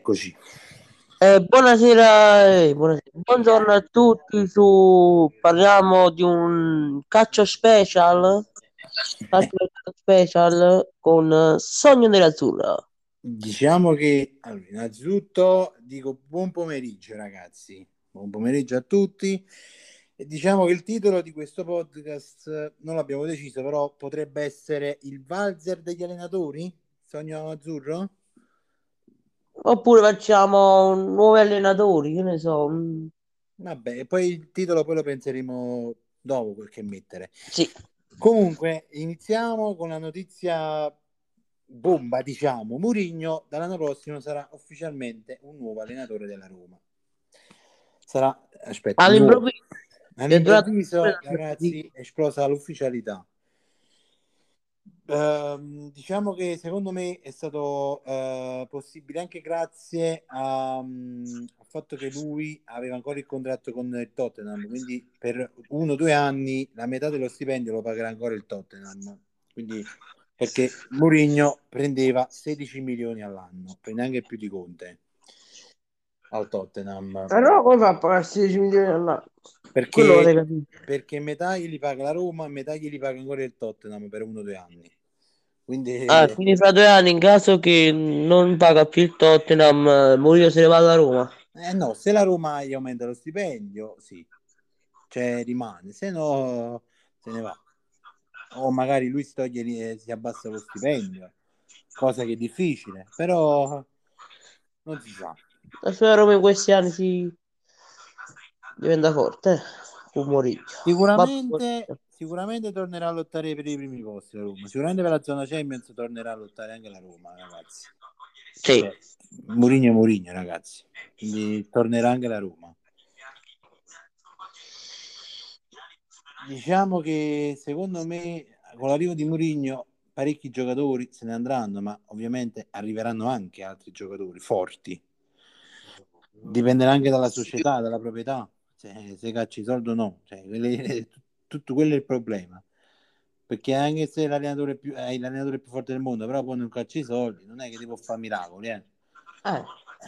Eccoci. Buongiorno a tutti. Parliamo di un calcio special con Sogno nell'Azzurra. Diciamo che allora, innanzitutto dico buon pomeriggio ragazzi, buon pomeriggio a tutti. E diciamo che il titolo di questo podcast non l'abbiamo deciso, però potrebbe essere il valzer degli allenatori? Sogno azzurro? Oppure facciamo nuovi allenatori, che ne so. Vabbè, e poi il titolo poi lo penseremo dopo quel che mettere. Sì. Comunque, iniziamo con la notizia bomba, diciamo. Mourinho dall'anno prossimo sarà ufficialmente un nuovo allenatore della Roma. Sarà, aspetta, nuovo. All'improvviso è durato All'improvviso, ragazzi, è esplosa l'ufficialità. Diciamo che secondo me è stato possibile anche grazie al fatto che lui aveva ancora il contratto con il Tottenham, quindi per 1 o 2 anni la metà dello stipendio lo pagherà ancora il Tottenham. Quindi perché Mourinho prendeva 16 milioni all'anno, prende anche più di Conte al Tottenham. Però come fa a pagare 16 milioni all'anno? Quello Perché, vorrei capire. perché metà glieli paga la Roma e metà glieli paga ancora il Tottenham per 1 o 2 anni. Quindi Quindi fra 2 anni, in caso che non paga più il Tottenham, Mourinho se ne va alla Roma. no, se la Roma gli aumenta lo stipendio, sì, cioè rimane, se no se ne va. O magari lui si abbassa lo stipendio, cosa che è difficile, però non si sa. La sua Roma in questi anni si diventa forte, con Mourinho. Ma Sicuramente tornerà a lottare per i primi posti la Roma. Sicuramente per la zona Champions tornerà a lottare anche la Roma, ragazzi. sì, Cioè, Mourinho è Mourinho, ragazzi. Quindi tornerà anche la Roma. Diciamo che secondo me con l'arrivo di Mourinho parecchi giocatori se ne andranno, ma ovviamente arriveranno anche altri giocatori forti. Dipenderà anche dalla società, dalla proprietà, se cacci i soldi o no. Cioè, tutto quello è il problema. Perché anche se è l'allenatore più forte del mondo, però poi non cacci i soldi, non è che ti può fare miracoli, eh. eh,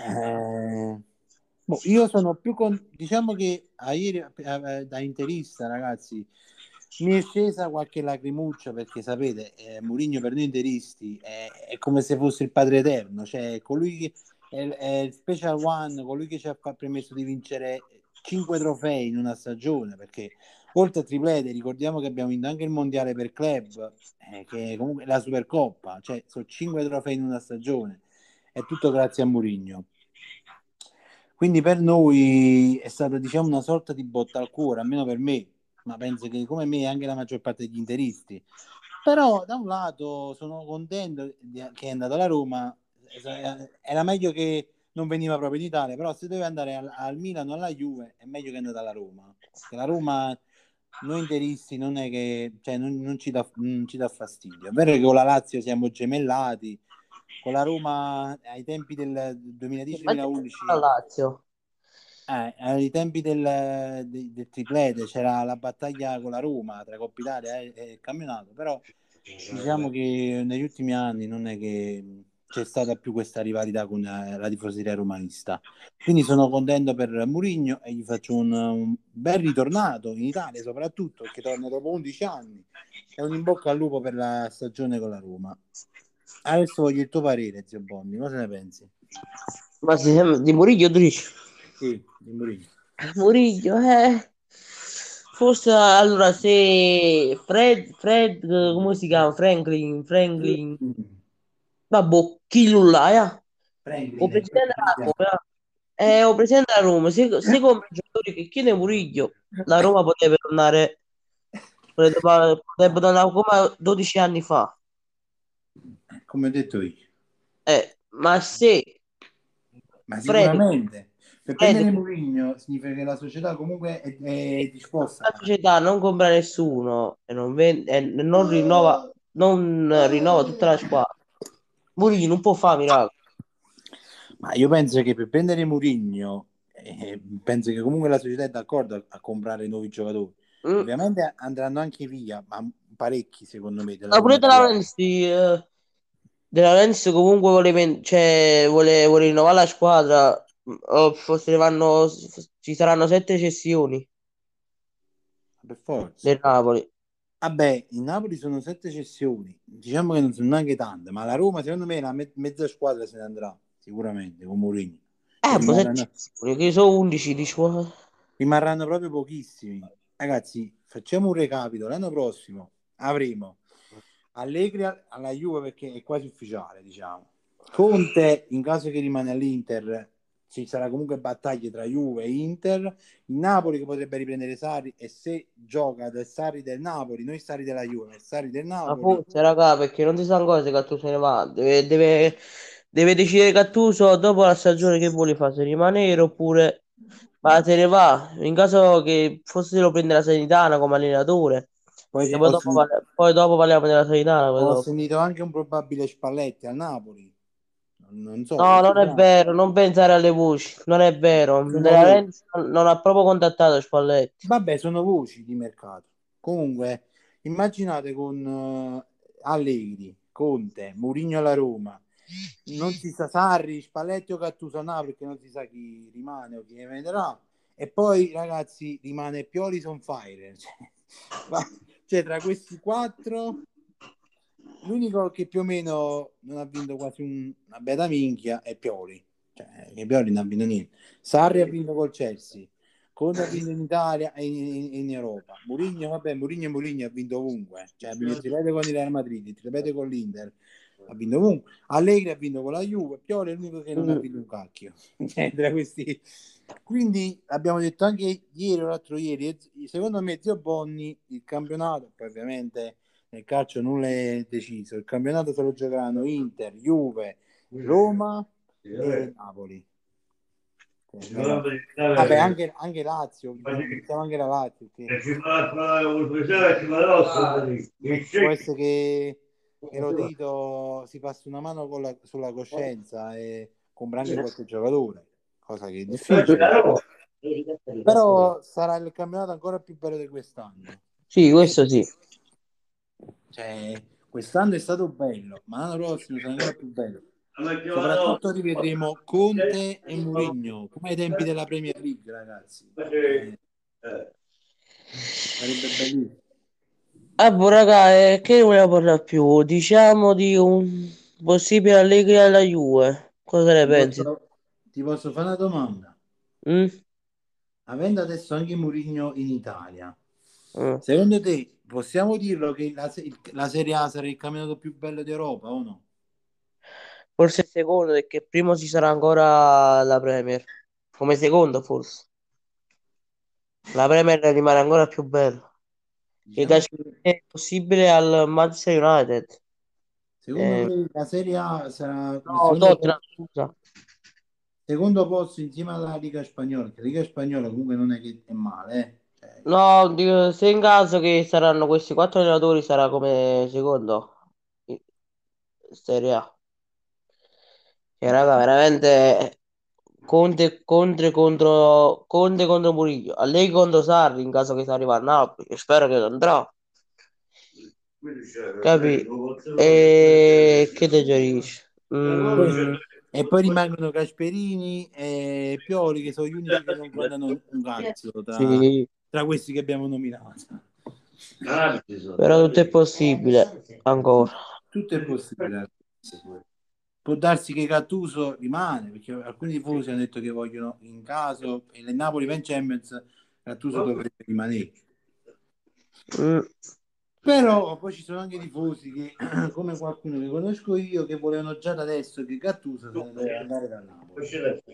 Io sono diciamo che a ieri da interista, ragazzi, mi è scesa qualche lacrimuccia perché sapete, Mourinho per noi interisti è come se fosse il padre eterno, cioè colui che è il special one, colui che ci ha permesso di vincere 5 trofei in una stagione, perché oltre a triplete ricordiamo che abbiamo vinto anche il mondiale per club, che comunque la Supercoppa, cioè sono 5 trofei in una stagione, è tutto grazie a Mourinho. Quindi per noi è stata, diciamo, una sorta di botta al cuore, almeno per me, ma penso che come me anche la maggior parte degli interisti. Però da un lato sono contento che è andato alla Roma, era meglio che non veniva proprio in Italia, però se deve andare al Milan o alla Juve è meglio che è andato alla Roma. Perché la Roma, noi interisti, non è che, cioè, non ci dà fastidio. È vero che con la Lazio siamo gemellati, con la Roma ai tempi del ma c'è la 2010-2011, Lazio. ai tempi del triplete c'era la battaglia con la Roma tra Coppa Italia e il campionato, però diciamo che negli ultimi anni non è che c'è stata più questa rivalità con la tifoseria romanista. Quindi sono contento per Mourinho e gli faccio un bel ritornato in Italia, soprattutto perché torna dopo 11 anni. E un in bocca al lupo per la stagione con la Roma. Adesso voglio il tuo parere, zio Bonni, cosa ne pensi? Ma di Mourinho tu dici? Sì, di Mourinho. Mourinho, forse allora se Fred, come si chiama? Franklin, vabbè, chi là, o Franklin è quello presidente che della Roma, o presidente della Roma, se compra i giocatori che chiede Mourinho, la Roma potrebbe tornare come 12 anni fa. come ho detto io. Ma se Ma Fred, sicuramente per Fred prendere Mourinho significa che la società comunque è disposta la società non compra nessuno e non rinnova tutta la squadra, Mourinho non può fare miracoli. ma io penso che per prendere Mourinho penso che comunque la società è d'accordo a comprare nuovi giocatori. Mm. Ovviamente andranno anche via, ma parecchi secondo me della Ma Roma pure te la attuale. presti, De Laurentiis comunque vuole rinnovare la squadra. Se ne vanno, ci saranno 7 cessioni per forza. del Napoli. Vabbè, in Napoli sono 7 cessioni, diciamo che non sono neanche tante, ma la Roma secondo me la mezza squadra se ne andrà, sicuramente, con Mourinho. Cioè, Boh, 7 cessioni, che sono 11 di squadra. rimarranno proprio pochissimi. Ragazzi, facciamo un recapito, l'anno prossimo avremo Allegri alla Juve perché è quasi ufficiale, diciamo. Conte, in caso che rimane all'Inter, ci sarà comunque battaglie tra Juve e Inter. Il Napoli che potrebbe riprendere Sarri e se gioca del Sarri del Napoli, noi Sarri della Juve, il Sarri del Ma Napoli, forse, raga, perché non si sa ancora se Gattuso se ne va. Deve decidere Gattuso dopo la stagione che vuole fare, se rimanere oppure ma se ne va. In caso che forse lo prende la Sanitana come allenatore. poi E poi dopo parliamo della Sanitana. Poi ho dopo. sentito anche un probabile Spalletti al Napoli. Non so se No, non è ci vero, non pensare alle voci, non è vero. sono Della voci. Renzi non ha proprio contattato Spalletti. Vabbè, sono voci di mercato. Comunque, immaginate con Allegri, Conte, Mourinho alla Roma, non si sa Sarri, Spalletti o Gattuso a Napoli perché non si sa chi rimane o chi ne vedrà. E poi, ragazzi, rimane Pioli on fire. Cioè, tra questi quattro, l'unico che più o meno non ha vinto quasi una bella minchia è Pioli. Cioè, che Pioli non ha vinto niente. Sarri ha vinto col Chelsea. Conte ha vinto in Italia e in Europa. Mourinho, vabbè, Mourinho ha vinto ovunque. Cioè, ha vinto il triplete con il Real Madrid, il triplete con l'Inter. Ha vinto ovunque. Allegri ha vinto con la Juve. Pioli è l'unico che non ha Mm. vinto un cacchio. Tra questi. Quindi abbiamo detto anche ieri o l'altro ieri, secondo me Zio Bonni il campionato, poi ovviamente nel calcio nulla è deciso, il campionato se lo giocheranno Inter, Juve, Roma e Napoli. Vabbè, anche Lazio, pensiamo anche alla Lazio, che può essere che Rodito si passi una mano sulla coscienza e compra anche qualche giocatore, cosa che è difficile, però sarà il campionato ancora più bello di quest'anno. Sì, questo sì. Cioè, quest'anno è stato bello, ma l'anno prossimo sarà ancora più bello. Soprattutto rivedremo Conte e Mourinho, come ai tempi della Premier League, ragazzi. Sarebbe bellissimo. Boh, raga, che ne vogliamo parlare più? Diciamo di un possibile Allegri alla Juve. Cosa ne Ti pensi? posso, ti posso fare una domanda? Mm? Avendo adesso anche Mourinho in Italia, Mm. secondo te possiamo dirlo che la Serie A sarà il campionato più bello d'Europa o no? Forse il secondo, perché primo ci sarà ancora la Premier. Come secondo, forse. La Premier rimane ancora più bella. Il Diciamo calcio che è possibile al Manchester United. secondo Eh, me la Serie A sarà il no, Tottenham, scusa. secondo posto insieme alla Liga Spagnola, che la Liga Spagnola comunque non è che è male, eh. Cioè, No, se in caso che saranno questi 4 allenatori sarà come secondo in Serie A. Che raga, veramente Conte contro Murillo, Allegri contro Sarri in caso che si arriva a Napoli. Io spero che andrà. Capi? E che te dici? e poi rimangono Gasperini e Pioli, che sono gli unici che non contano un cazzo Sì, tra questi che abbiamo nominato. però tutto è possibile ancora. Tutto è possibile, ragazzi. Può darsi che Gattuso rimane, perché alcuni tifosi hanno detto che vogliono, in caso e il Napoli va in Champions, Gattuso dovrebbe rimanere. Mm. Però poi ci sono anche tifosi che, come qualcuno che conosco io, che volevano già da adesso che Gattuso se ne doveva andare da Napoli.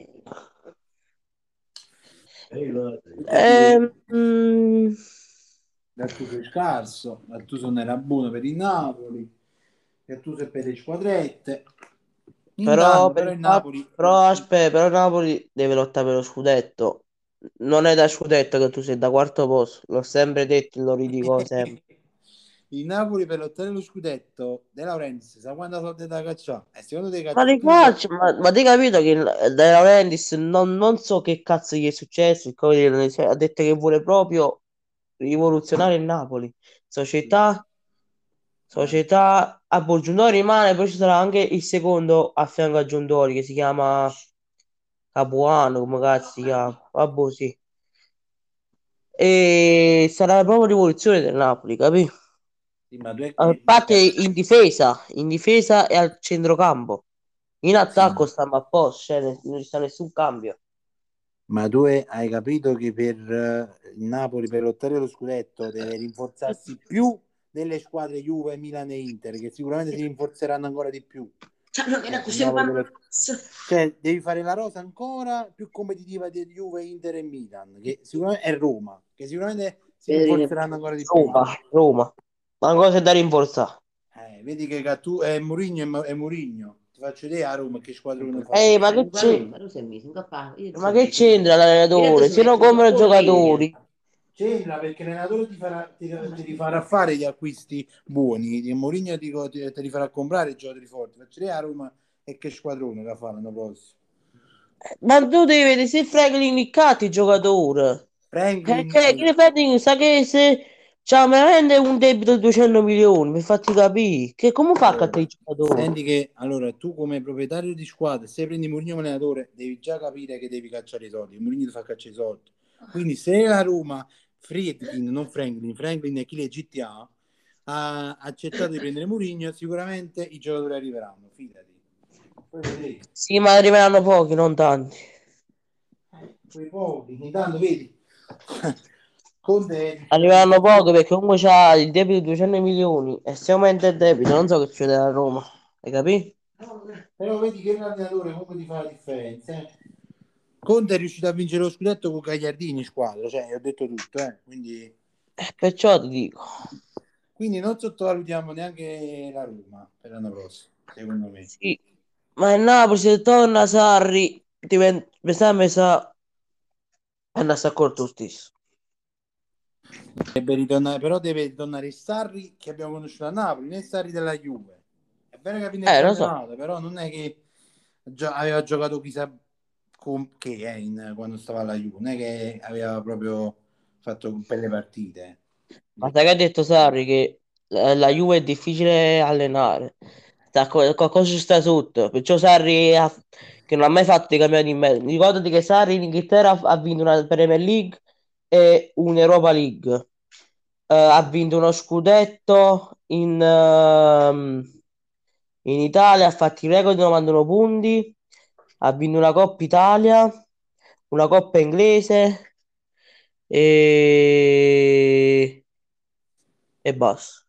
Perché Mm, Gattuso è scarso, Gattuso non era buono per il Napoli, Gattuso è per le squadrette. però Intanto per però il il fatto, Napoli però aspetta, però Napoli deve lottare per lo scudetto. Non è da scudetto che tu sei da quarto posto, l'ho sempre detto e lo ridico sempre. il Napoli per lottare lo scudetto De Laurentiis sa quanta soldi da cacciare e secondo te Ma li Gattuso faccio, ma ti hai capito che De Laurentiis non so che cazzo gli è successo, il Covid ha detto che vuole proprio rivoluzionare il Napoli. Società, Società a Giundori rimane, poi ci sarà anche il secondo a fianco a Giundori che si chiama Capuano, come cazzo si chiama? Vabbè, sì. E sarà la propria rivoluzione del Napoli, capì? Sì, ma tu Infatti in difesa e al centrocampo. In sì, attacco stiamo a posto, cioè non ci sta nessun cambio. ma tu hai capito che per il Napoli per lottare lo scudetto deve rinforzarsi più delle squadre Juve, Milan e Inter, che sicuramente si rinforzeranno ancora di più. Il Napoli cioè, devi fare la rosa ancora più competitiva di Juve, Inter e Milan, che sicuramente è Roma, che sicuramente si rinforzeranno ancora di più. Roma, Roma. Ma cosa c'è da rinforzare? Vedi che tu è Mourinho è Mourinho. Ti faccio vedere a Roma che squadrone fa. Ma che c'entra? Ma che c'entra l'allenatore? Se non comprano giocatori. C'entra perché l'allenatore ti rifarà fare gli acquisti buoni. E Mourinho ti rifarà comprare i giocatori forti. Faccio vedere a Roma e che squadrone la fa l'anno prossimo. Ma tu devi vedere se Franklin Nicati giocatore. Franklin, Che Franklin sa che se c'ha veramente un debito di 200 milioni, per farti capire. Che come fa a allora, cattare i giocatori? senti che allora tu come proprietario di squadra, se prendi Mourinho come allenatore, devi già capire che devi cacciare i soldi. Mourinho ti fa cacciare i soldi. Quindi se la Roma, Friedkin, non Franklin, Franklin è chi legit ha accettato di prendere Mourinho, sicuramente i giocatori arriveranno, fidati. Poi vedremo. Sì, ma arriveranno pochi, non tanti. Quei pochi, intanto vedi. Conte è riuscito a Arriveranno vincere. pochi perché comunque c'ha il debito di 200 milioni e se aumenta il debito non so che succede a Roma. Hai capito? Però vedi che l'allenatore comunque ti fa la differenza. Conte è riuscito a vincere lo scudetto con Gagliardini in squadra, cioè ho detto tutto, quindi, Perciò ti dico. quindi non sottovalutiamo neanche la Roma per l'anno prossimo, secondo me. Sì, ma il Napoli se torna Sarri diventa, mi sa, andasse a corto stesso. Deve ritornare, però deve ritornare il Sarri che abbiamo conosciuto a Napoli, né il Sarri della Juve. È vero che ha vinto il Lo so. campionato, però non è che aveva giocato chissà che quando stava alla Juve, non è che aveva proprio fatto belle partite. Ma sai che ha detto Sarri che la Juve è difficile allenare. Qualcosa ci sta sotto. Perciò Sarri che non ha mai fatto dei campioni in mezzo. Ricordati che Sarri in Inghilterra ha vinto una Premier League e un'Europa League. Ha vinto uno scudetto in Italia, ha fatto il record di 91 punti, ha vinto una Coppa Italia, una Coppa inglese e, e basta.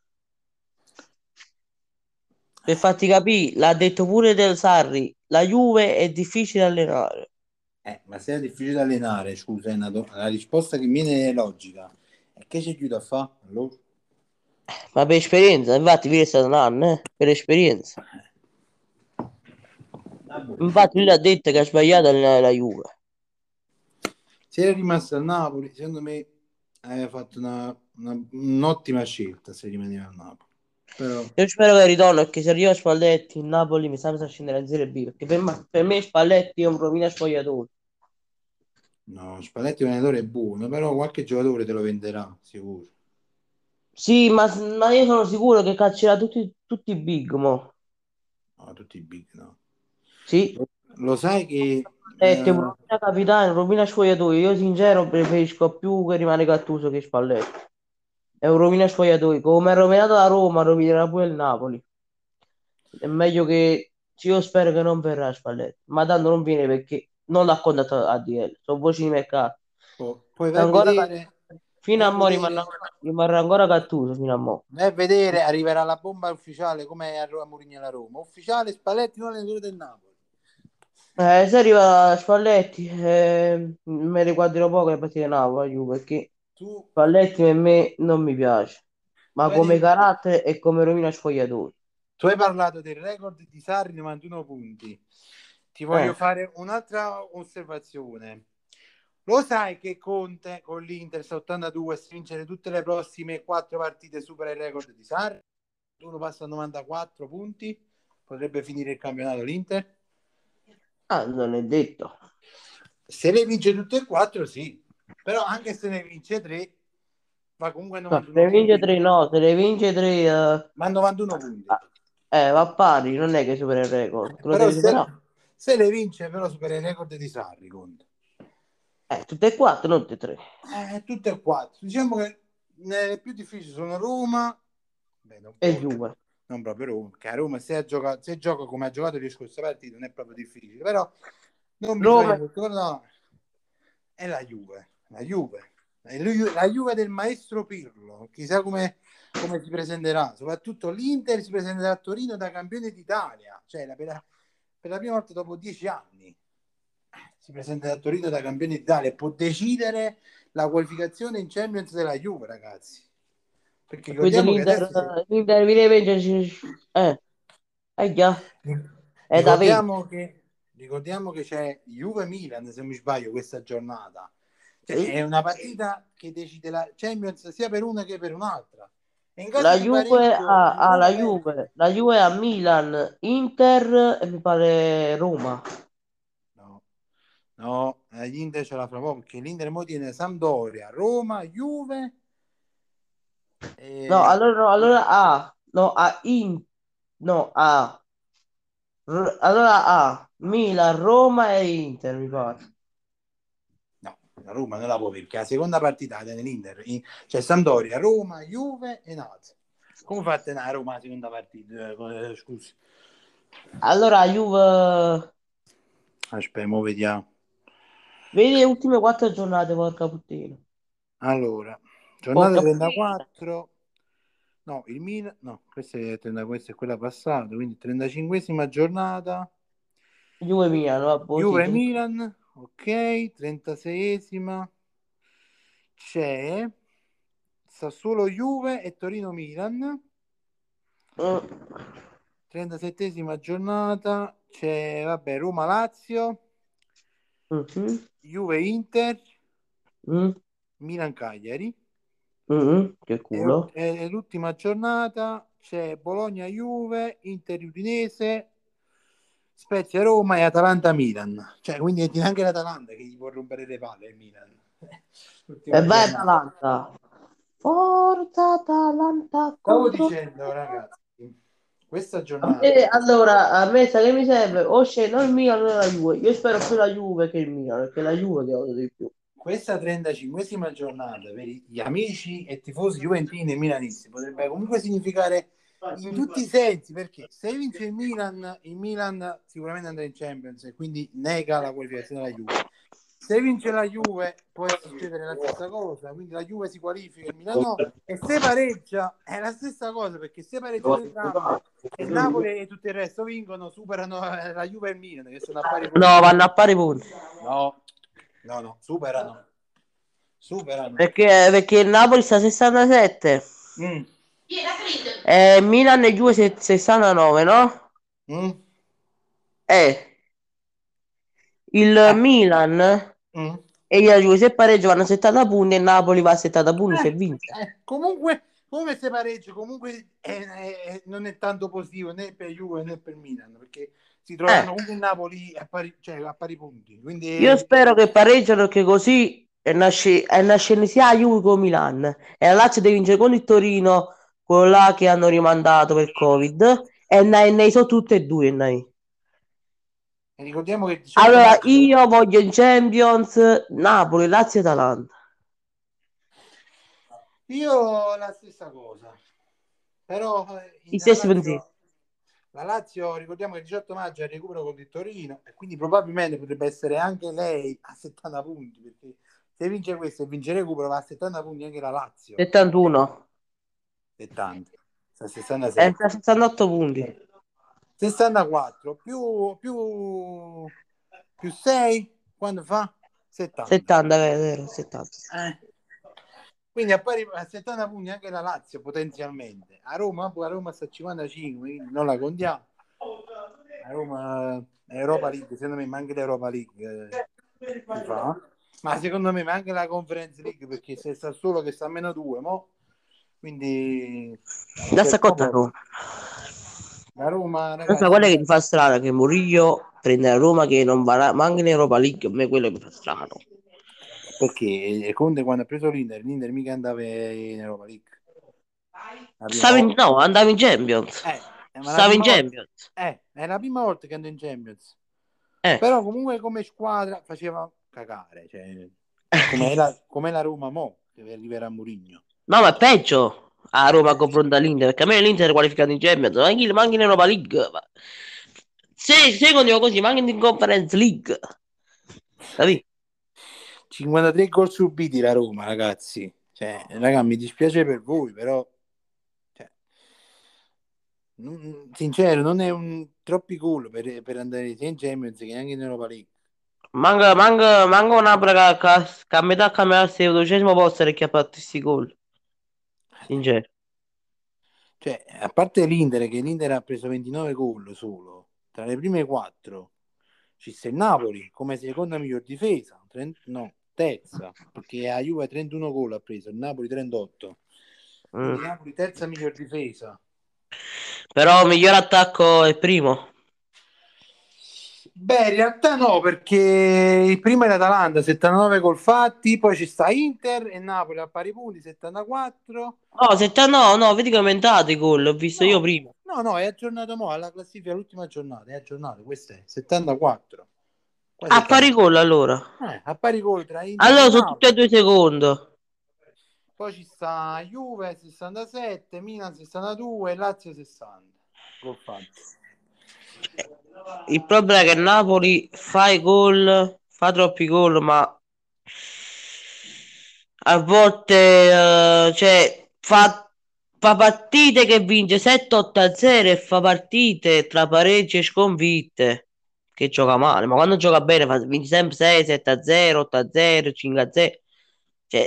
Per farti capire, l'ha detto pure del Sarri, la Juve è difficile allenare. Ma se è difficile da allenare, scusa, la risposta che mi viene è logica. E che c'è chiuso a fare? Allora? Ma per esperienza, infatti, lui è stato un anno, per esperienza. Vabbè. Infatti, lui ha detto che ha sbagliato a allenare la Juve. Se era rimasto a Napoli, secondo me aveva fatto un'ottima scelta se rimaneva a Napoli. Però, Io spero che ritorno perché se arriva Spalletti in Napoli mi sa che scendere in Serie B perché per me Spalletti è un rovina spogliatore. no, Spalletti è un allenatore buono, però qualche giocatore te lo venderà, sicuro. Sì, ma io sono sicuro che caccerà tutti i big, mo. No, tutti i big, no. Sì. Lo sai che Spalletti è un rovina capitano, un rovina spogliatore. Io sincero preferisco più che rimane Gattuso che Spalletti. È un rovina spogliatore. Come ha rovinato la Roma, rovinerà pure il Napoli. È meglio che... sì, io spero che non verrà Spalletti, ma tanto non viene perché non l'ha contattato ADL. Sono voci di mercato. poi Ancora, fino vai a a mo' vedere, rimarrà ancora Gattuso, fino a mo'. vai a vedere, arriverà la bomba ufficiale come a Mourinho alla Roma. Ufficiale Spalletti, non allenatore del Napoli. Se arriva Spalletti, mi riguarderò poco le partite Napoli, perché Tu Spalletti per me non mi piace, ma come Vedi, carattere e come rovina sfogliatori. tu hai parlato del record di Sarri 91 punti. Ti Eh, voglio fare un'altra osservazione. Lo sai che Conte con l'Inter sta 82 e se vincere tutte le prossime 4 partite supera il record di Sarri? Uno passa a 94 punti, potrebbe finire il campionato l'Inter. non è detto. Se ne vince tutte e 4, sì. Però anche se ne vince 3, va comunque a No, se 91 ne vince punti, 3, no, se ne vince 3, ma a 91 punti. va pari, non è che supera il record, lo Però deve superare. se le vince, però supera il record di Sarri, conto. Tutte e quattro, non tutte e tre. Tutte e quattro. Diciamo che le più difficili sono Roma, beh, E Juve. non proprio Roma, che a Roma se gioca come ha giocato le scorse partite non è proprio difficile, però non bisogna Roma, ricordare, è la Juve, la Juve del maestro Pirlo, chissà come si presenterà, soprattutto l'Inter si presenterà a Torino da campione d'Italia, cioè per la prima volta dopo 10 anni si presenta a Torino da campione d'Italia e può decidere la qualificazione in Champions della Juve, ragazzi, perché quindi ricordiamo che adesso l'Inter vi deve vincere, già, è da vincere. ricordiamo che c'è Juve-Milan, se non mi sbaglio, questa giornata. Cioè, Sì. è una partita che decide la Champions sia per una che per un'altra. E in caso La di Juve pareggio, ha la Juve ha Milan, Inter e mi pare Roma. no, l'Inter ce la fra poco perché l'Inter mo tiene Sampdoria, Roma, Juve No, e... allora ha, no, no, allora ha Milan, Roma e Inter, mi pare. No, la Roma non la può perché la seconda partita dell'Inter c'è Sampdoria, Roma, Juve e Nazio. Come fate a Roma la seconda partita? Scusi. Allora Juve, Aspetta, mo vediamo. vedi le ultime 4 giornate, porca puttana. Allora, giornata Porca puttana. 34. No, il Milan, no, questa è quella passata, quindi 35esima giornata. Juve Milan, vabbè, sì, Juve Milan, ok, 36esima. C'è Sassuolo Juve e Torino Milan. 37esima giornata. C'è, vabbè, Roma Lazio, Mhm, Juve Inter, mm, Milan Cagliari. che culo. E l'ultima giornata c'è Bologna Juve, Inter Udinese, Spezia Roma e Atalanta Milan. Cioè, quindi è anche l'Atalanta che gli può rompere le palle il Milan. E L'ultima vai giornata. Atalanta. Forza Atalanta Stavo contro. dicendo, ragazzi, questa giornata, Allora, a me sa che mi serve o scendo il Milan o la Juve. Io spero più la Juve che il Milan, perché la Juve che odio di più. questa 35esima giornata per gli amici e tifosi juventini e milanisti potrebbe comunque significare in tutti i sensi, perché se vince il Milan sicuramente andrà in Champions e quindi nega la qualificazione della Juve. Se vince la Juve può succedere la stessa cosa, quindi la Juve si qualifica, il Milan no, e se pareggia è la stessa cosa, perché se pareggiano entrambe e Napoli e tutto il resto vincono, superano la Juve e il Milan, che sono a pari punti. No, vanno a pari punti. No, no, superano. Superano. Perché il Napoli sta a 67. Mm. Milan e Juve 69, no? Mm. Eh, il Eh. Milan Mm. e la Juve se pareggio vanno a 70 punti e Napoli va a 70 punti se vince. Comunque se pareggio, comunque non è tanto positivo né per Juve né per Milan, perché si Eh, troveranno comunque il Napoli a pari punti. io Quindi spero che pareggiano perché così nasce sia la Juve che Milan. E la Lazio deve vincere con il Torino, quello là che hanno rimandato per Covid. E ne sono tutte e due. ricordiamo che il 18 Allora, maggio io voglio in Champions Napoli, Lazio e Atalanta. io la stessa cosa, però I stessi pensieri. La Lazio, ricordiamo che il 18 maggio è il recupero con il Torino e quindi probabilmente potrebbe essere anche lei a 70 punti, perché se vince questo e vince il recupero va a 70 punti anche la Lazio. 71. 70, sta a 67. 68 punti. 64 più 6, quando fa? 70. 70, vero, 70. Eh. Quindi a 70 punti anche la Lazio potenzialmente. A Roma sta a 55, quindi non la contiamo. A Roma Europa League, secondo me manca l'Europa League si fa. Ma secondo me anche la Conference League, perché se sta solo che sta a -2, mo. Quindi Da sta cotta Roma. la Roma, Pensa, ragazzi, quella che mi fa strano che Murillo prende la Roma che non va manca in Europa League, a me quello mi fa strano. Perché Conte quando ha preso l'Inter mica andava in Europa League la prima Stava in, volta. no, andava in Champions. Ma la Stava in prima volta, Champions. è la prima volta che andò in Champions. Eh. Però comunque come squadra faceva cagare, cioè, come la Roma mo, che arriverà a Mourinho. No, ma è peggio a Roma a confronto all'Inter, perché a me l'Inter è qualificato in Champions, ma anche in Europa League. Se continuo così, ma anche in Conference League. Capì? 53 gol subiti la Roma, ragazzi. Cioè, raga, mi dispiace per voi, però cioè, sincero, non è troppi gol per andare sia in Champions che anche in Europa League. Manca una che a metà campionato è il 12° posto perché ha fatto questi gol. Sincero. Cioè, a parte l'Inter, che l'Inter ha preso 29 gol solo, tra le prime 4 ci sta il Napoli come seconda miglior difesa, no, terza, perché la Juve 31 gol ha preso, il Napoli 38. Mm. Quindi Napoli terza miglior difesa. Però il miglior attacco è il primo. Beh, in realtà no, perché il primo è l'Atalanta, 79 gol fatti, poi ci sta Inter e Napoli a pari punti, 74. No, 70, no, vedi che è aumentato i gol, l'ho visto io No, prima. no, è aggiornato mo alla classifica, l'ultima giornata, è aggiornato, questo è 74. Qua A pari 70. gol allora. A pari gol tra Inter e Allora sono tutti e Napoli. due secondo. Poi ci sta Juve 67, Milan 62 e Lazio 60. Gol fatti. Il problema è che Napoli fa i gol, fa troppi gol, ma a volte fa partite che vince 7-8-0 e fa partite tra pareggi e sconfitte che gioca male, ma quando gioca bene vince sempre 6-7-0, 8-0, 5-0. Cioè,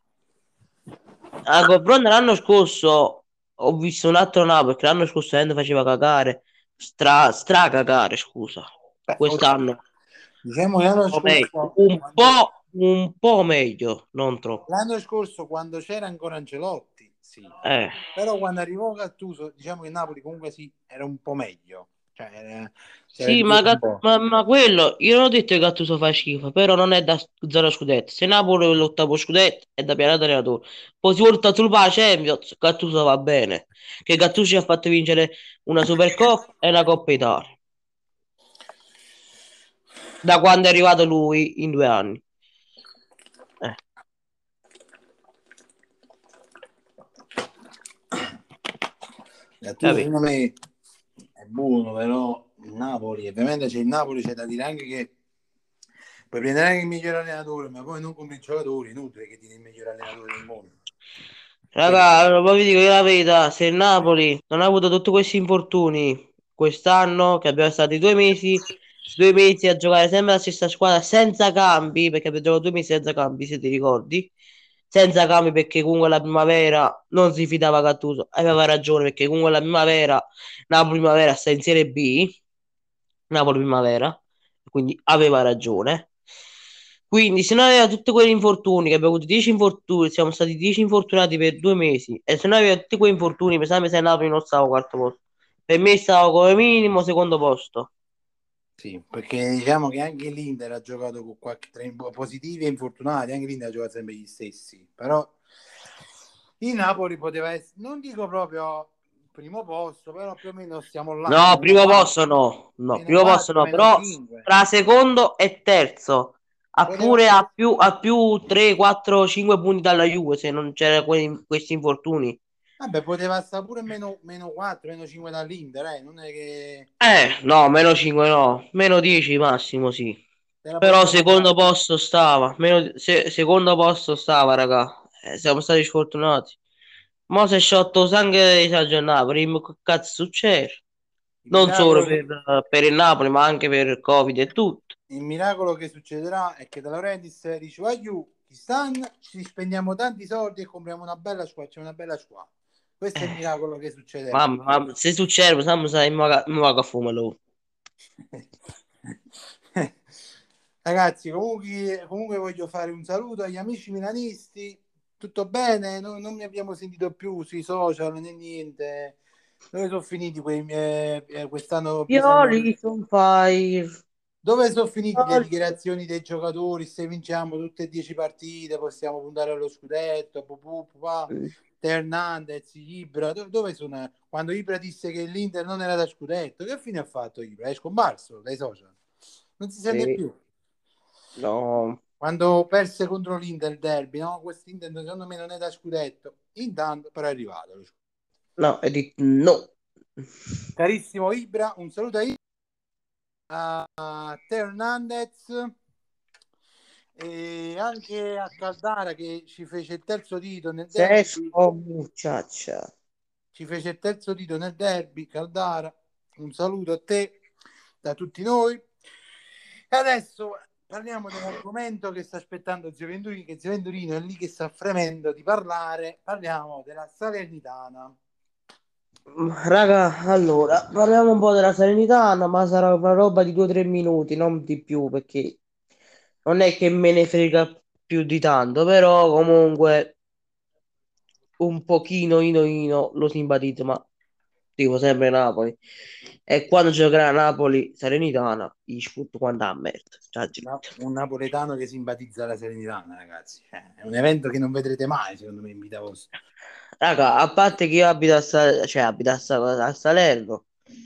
a confronto l'anno scorso ho visto un altro Napoli perché l'anno scorso veramente faceva cagare, stra cagare, scusa. Beh, Quest'anno diciamo che l'anno un po' meglio, scorso, un po' meglio, non troppo. quando c'era ancora Ancelotti, sì. Eh. Però quando arrivò Gattuso, diciamo che Napoli comunque sì, era un po' meglio. Cioè, si era Sì, ma, ripreso un po'. ma quello, io non ho detto che Gattuso fa schifo, però non è da zero scudetto. Se Napoli lotta per scudetto è da pianeta allenatore. Poi si volta sul la Champions, Gattuso va bene. Che Gattuso ci ha fatto vincere una Supercoppa e una Coppa Italia. Da quando è arrivato lui in 2 anni. Eh, Gattuso capì? secondo me è buono, però il Napoli, ovviamente c'è il Napoli, c'è da dire anche che puoi prendere anche il miglior allenatore, ma poi non come i giocatori, inutile che tieni il miglior allenatore del mondo. Cioè, Raga, poi vi dico la verità, se il Napoli non ha avuto tutti questi infortuni quest'anno, che abbiamo stati 2 mesi a giocare sempre la stessa squadra senza cambi, perché abbiamo giocato 2 mesi senza cambi, se ti ricordi, senza cambi perché comunque la primavera non si fidava Gattuso, aveva ragione perché comunque la primavera, Napoli primavera sta in Serie B, Napoli primavera, quindi aveva ragione. Quindi, se non aveva tutti quegli infortuni, che abbiamo avuto 10 infortuni, siamo stati 10 infortunati per 2 mesi, e se non aveva tutti quei infortuni, per esempio, se Napoli non stavo quarto posto. Per me stavo come minimo secondo posto. sì, perché diciamo che anche l'Inter ha giocato con qualche positivi e infortunati, anche l'Inter ha giocato sempre gli stessi, però il Napoli poteva essere, non dico proprio primo posto, però più o meno stiamo là, No, primo posto no, no, meno primo posto 4, no, meno però 5. tra secondo e terzo ha Poteva, pure a più 3, 4, 5 punti dalla Juve se non c'era questi infortuni. vabbè, poteva stare pure meno 4, meno 5 dall'Inter, non è che No, meno 5 no, meno 10 massimo sì. te la Però poteva mandare. secondo posto stava, secondo posto stava, raga. Siamo stati sfortunati. Mo' si è sciolto sangue di San Gennaro, che cazzo succede? Il Non solo miracolo, per il Napoli, ma anche per il Covid e tutto. il miracolo che succederà è che De Laurentiis dice, vai giù, chi stanno, ci spendiamo tanti soldi e compriamo una bella squadra, c'è una bella squadra. Questo è il miracolo che succederà. Mamma, se succede, Sam sai, mi va a fumare lui. Ragazzi, comunque voglio fare un saluto agli amici milanisti. Tutto bene? Non mi abbiamo sentito più sui social né niente. Dove sono finiti quest'anno Pioli Pisano? on fire. Dove sono finite le dichiarazioni dei giocatori? Se vinciamo tutte e 10 partite possiamo puntare allo scudetto, Teo Hernandez, Ibra, dove sono? Quando Ibra disse che l'Inter non era da scudetto, che fine ha fatto Ibra? È scomparso dai social, non si sente più. No. Quando perse contro l'Inter il derby, no, quest'Inter secondo me non è da scudetto, intanto però è arrivato. No, è di no. Carissimo Ibra, un saluto a Ibra, a Teo Hernandez e anche a Caldara che ci fece il terzo dito nel derby. Muchacha. Ci fece il terzo dito nel derby, Caldara. Un saluto a te da tutti noi. E adesso parliamo dell'argomento che sta aspettando Zio Venturini, che Zio Venturino è lì che sta fremendo di parlare. Parliamo della Salernitana. Raga, allora, parliamo un po' della Salernitana, ma sarà una roba di 2 o 3 minuti, non di più, perché non è che me ne frega più di tanto, però comunque un pochino ino lo simpatizzo, ma tipo sempre Napoli. E quando giocherà Napoli Salernitana, gli sputo quanto a merda. Un napoletano che simpatizza la Salernitana, ragazzi. È un evento che non vedrete mai, secondo me, in vita vostra. Raga, a parte che io abito a Salerno,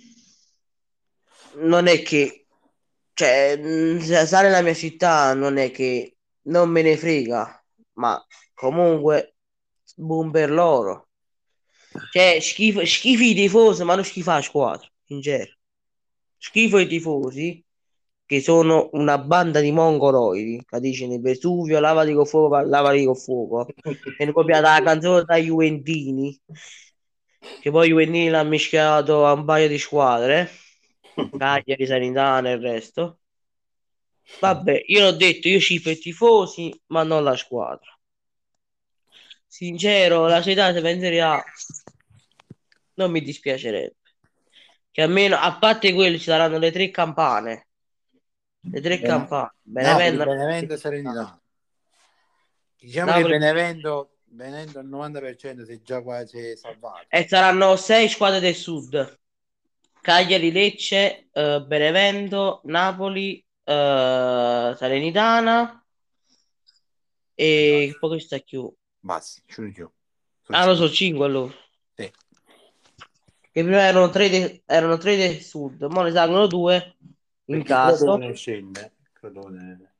non è che, cioè, stare nella mia città non è che non me ne frega, ma comunque, buon per loro. Cioè, schifo i tifosi, ma non schifo la squadra, sincero. Schifo i tifosi, che sono una banda di mongoloidi, capisci? Nel Vesuvio, lavati con fuoco, lavati con fuoco. E ne copiata la canzone da Juventini, che poi Juventini l'ha mischiato a un paio di squadre, Cagliari, Sanitana e il resto. Vabbè, io l'ho detto, io schifo i tifosi, ma non la squadra. Sincero, la società se penseria non mi dispiacerebbe. Che almeno, a parte quello, ci saranno le 3 campane. Le tre campane. Napoli, Benevento, Benevento e Serenità. Diciamo che Napoli Benevento al 90% si è già quasi salvato. e saranno 6 squadre del sud. Cagliari, Lecce, Benevento, Napoli, Salernitana e poi questa è più. Basta, giù. Ah, lo so, 5 allora. Sì. Che prima erano tre del sud, ora ne salgono 2 in Perché caso. Crotone scende. Crotone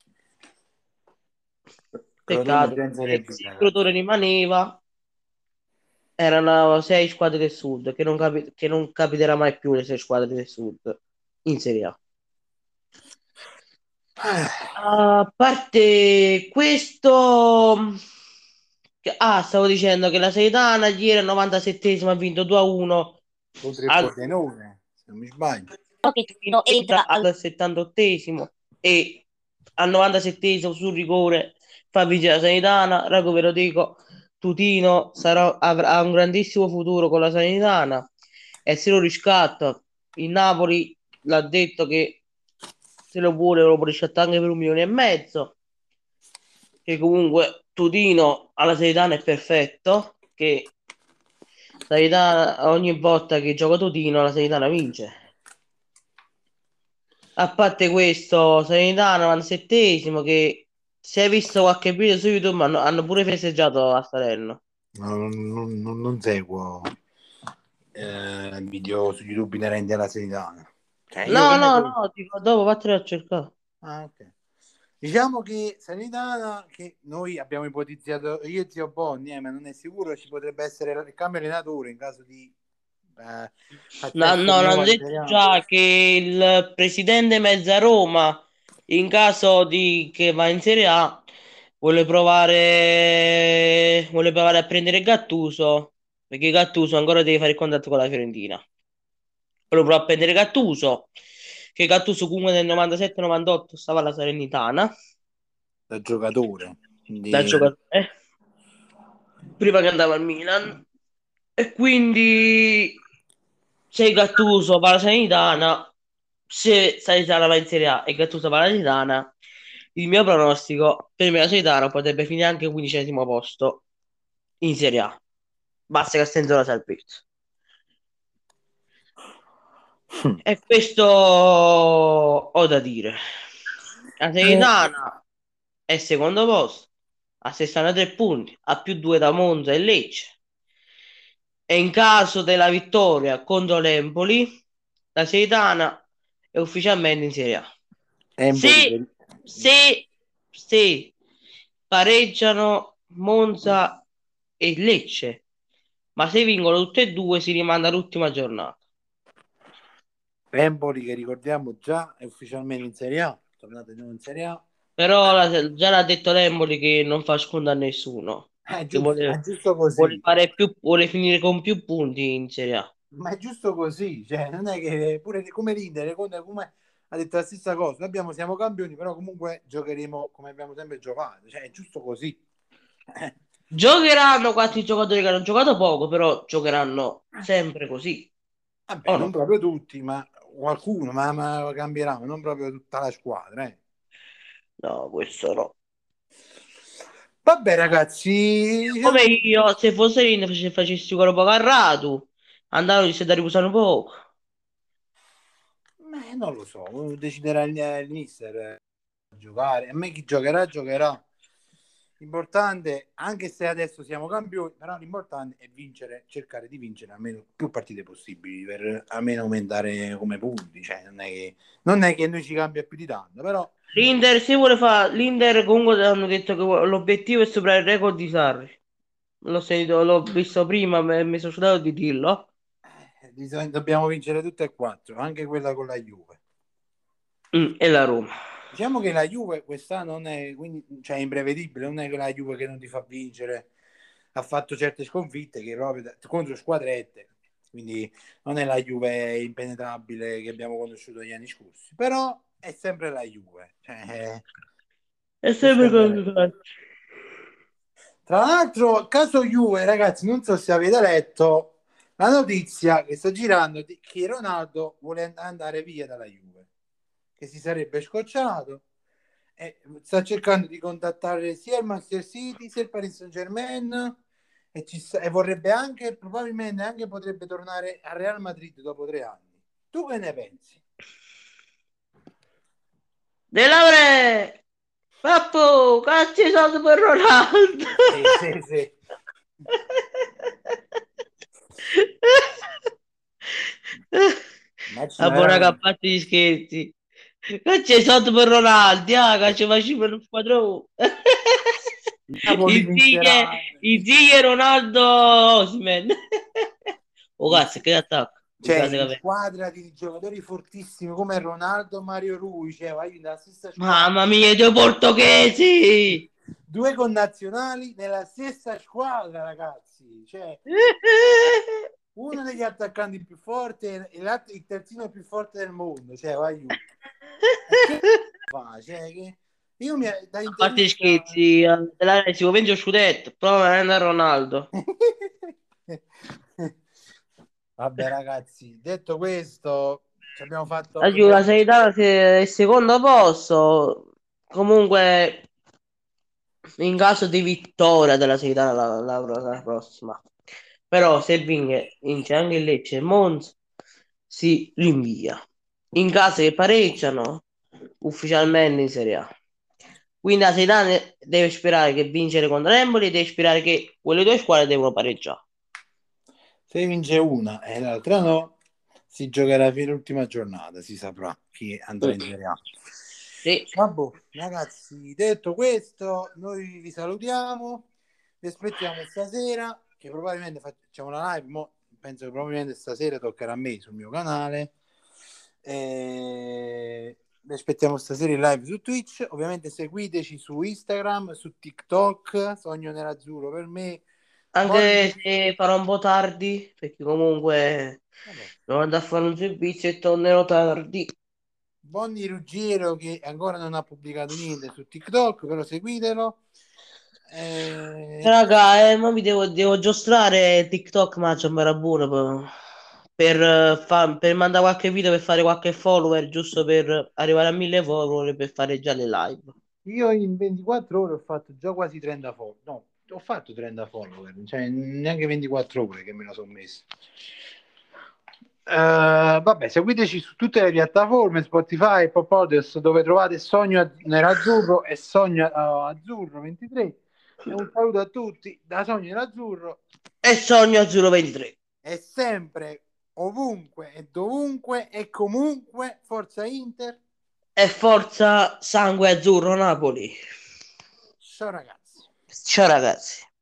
Peccato, già in Serie perché B, se il ragazzi. Crotone rimaneva, erano 6 squadre del sud, che non capiterà mai più le 6 squadre del sud in Serie A. A parte questo, stavo dicendo che la Salernitana ieri al 97esimo ha vinto 2-1 Contro il al Pordenone, se non mi sbaglio. Pochettino entra al 78esimo e al 97esimo sul rigore fa vincere la Salernitana. Raga, ve lo dico, Tutino ha un grandissimo futuro con la Salernitana e se lo riscatta. Il Napoli l'ha detto che se lo può riscattare anche per 1,5 milioni, che comunque Tutino alla Salernitana è perfetto, che Salernitana ogni volta che gioca Tutino la Salernitana vince. A parte questo, Salernitana 97esimo che se hai visto qualche video su YouTube hanno pure festeggiato a Salerno. No, non seguo video su YouTube inerenti alla Serenitana. Io che No, ne no, so. no, dico, dopo vattene a cercare. Ah, ok. Diciamo che Salernitana, che noi abbiamo ipotizzato io e zio Bonni, ma non è sicuro, ci potrebbe essere il cambio allenatore in caso di No, accesso no, di nuovo l'hanno alla detto Serie A. già che il presidente Mezza Roma, in caso di che va in Serie A, vuole provare a prendere Gattuso, perché Gattuso ancora deve fare il contratto con la Fiorentina. Volevo provare a prendere Gattuso, che Gattuso comunque nel 97-98 stava alla Salernitana, Da giocatore. da Quindi giocatore, prima che andava al Milan. E quindi se Gattuso va alla Salernitana, se Salernitana va in Serie A e Gattuso va alla Salernitana, il mio pronostico per me la Salernitana potrebbe finire anche 15° posto in Serie A. Basta che sta in zona salvezza. E questo ho da dire. La Serenana è secondo posto a 63 punti, a più 2 da Monza e Lecce. E in caso della vittoria contro l'Empoli, la Serenana è ufficialmente in Serie A. Empoli Se, se, se pareggiano Monza e Lecce, ma se vincono tutte e due si rimanda all'ultima giornata. Empoli che ricordiamo già è ufficialmente in Serie A, tornato di nuovo in Serie A. Però già l'ha detto l'Empoli che non fa sconto a nessuno, che È giusto vuole così. fare più, vuole finire con più punti in Serie A. Ma è giusto così, cioè, non è che pure come l'Inter, come ha detto la stessa cosa, noi siamo campioni, però comunque giocheremo come abbiamo sempre giocato, cioè è giusto così. Giocheranno quattro giocatori che hanno giocato poco, però giocheranno sempre così. Vabbè, O non no? proprio tutti, ma qualcuno, ma cambierà, ma non proprio tutta la squadra. No, questo no. Vabbè, ragazzi, Come diciamo, io, se fosse in facessi quello poco a radu, andavo da riposare un poco. non lo so, deciderà il mister giocare. A me chi giocherà, giocherà. L'importante, anche se adesso siamo campioni, però l'importante è vincere, cercare di vincere almeno più partite possibili per almeno aumentare come punti. Cioè, non è che noi ci cambia più di tanto, però L'Inter, se vuole fare, l'Inter comunque hanno detto che l'obiettivo è superare il record di Sarri. L'ho sentito, l'ho visto prima, mi sono sudato di dirlo. dobbiamo vincere tutte e quattro, anche quella con la Juve. E la Roma. Diciamo che la Juve quest'anno non è, quindi, cioè, imprevedibile, non è che la Juve che non ti fa vincere, ha fatto certe sconfitte che proprio contro squadrette, quindi non è la Juve impenetrabile che abbiamo conosciuto negli anni scorsi, però è sempre la Juve. Cioè, È è sempre sempre... così. Tra l'altro, caso Juve, ragazzi, non so se avete letto la notizia che sta girando di che Ronaldo vuole andare via dalla Juve, che si sarebbe scocciato e sta cercando di contattare sia il Manchester City sia il Paris Saint-Germain e vorrebbe anche, probabilmente anche potrebbe tornare al Real Madrid dopo 3 anni. Tu che ne pensi? De Laure! Pappo, cazzo i soldi per Ronaldo! Sì, sì, sì. A Immagina buona veramente campata di scherzi. Cazzo i soldi per Ronaldo, ah, cazzo faccio per lo squadrone. Napoli vincerà. Insigne Ronaldo Osimhen. Oh cazzo, che attacco. In Cioè, casa in che squadra di giocatori fortissimi come Ronaldo e Mario Rui, cioè, vai nella stessa squadra. mamma mia, i due portoghesi! Due connazionali nella stessa squadra, ragazzi. Cioè, uno degli attaccanti più forti e l'altro il terzino più forte del mondo. Cioè, vai giù. E che fa? Cioè, io da A parte gli interista... scherzi, si può vincere lo scudetto, prova a andare a Ronaldo. Vabbè, ragazzi, detto questo, ci abbiamo fatto... La Juve, la Sanità è il secondo posto. Comunque, in caso di vittoria della Sanità la prossima. Però se vince anche il Lecce e il Monza, si rinvia. In caso che pareggiano, ufficialmente in Serie A. Quindi la Sanità deve sperare che vincere contro l'Empoli e deve sperare che quelle due squadre devono pareggiare. Se vince una e l'altra no, si giocherà fino all'ultima giornata, si saprà chi andrà in Mm. Serie A. Sì. Vabbè, ragazzi, detto questo, noi vi salutiamo, vi aspettiamo stasera, che probabilmente facciamo la live, penso che probabilmente stasera toccherà a me sul mio canale. Vi aspettiamo stasera in live su Twitch, ovviamente seguiteci su Instagram, su TikTok, Sogno Nerazzurro per me. Anche se farò un po' tardi, perché comunque Vabbè. devo andare a fare un servizio e tornerò tardi. Bonni Ruggiero che ancora non ha pubblicato niente su TikTok, però seguitelo. Raga, ma mi devo giostrare TikTok, ma c'è un bel buono per mandare qualche video, per fare qualche follower, giusto per arrivare a 1000 follower e per fare già le live. Io in 24 ore ho fatto già quasi 30 follower. No, ho fatto 30 follower, cioè neanche 24 ore che me la sono messa. Vabbè, seguiteci su tutte le piattaforme, Spotify, Pop Podcast, dove trovate Sogno Nerazzurro e Sogno Azzurro 23. E un saluto a tutti da Sogno Nerazzurro. E Sogno Azzurro 23. E sempre, ovunque e dovunque e comunque, Forza Inter. E forza Sangue Azzurro Napoli. Ciao ragazzi. Ciao ragazzi.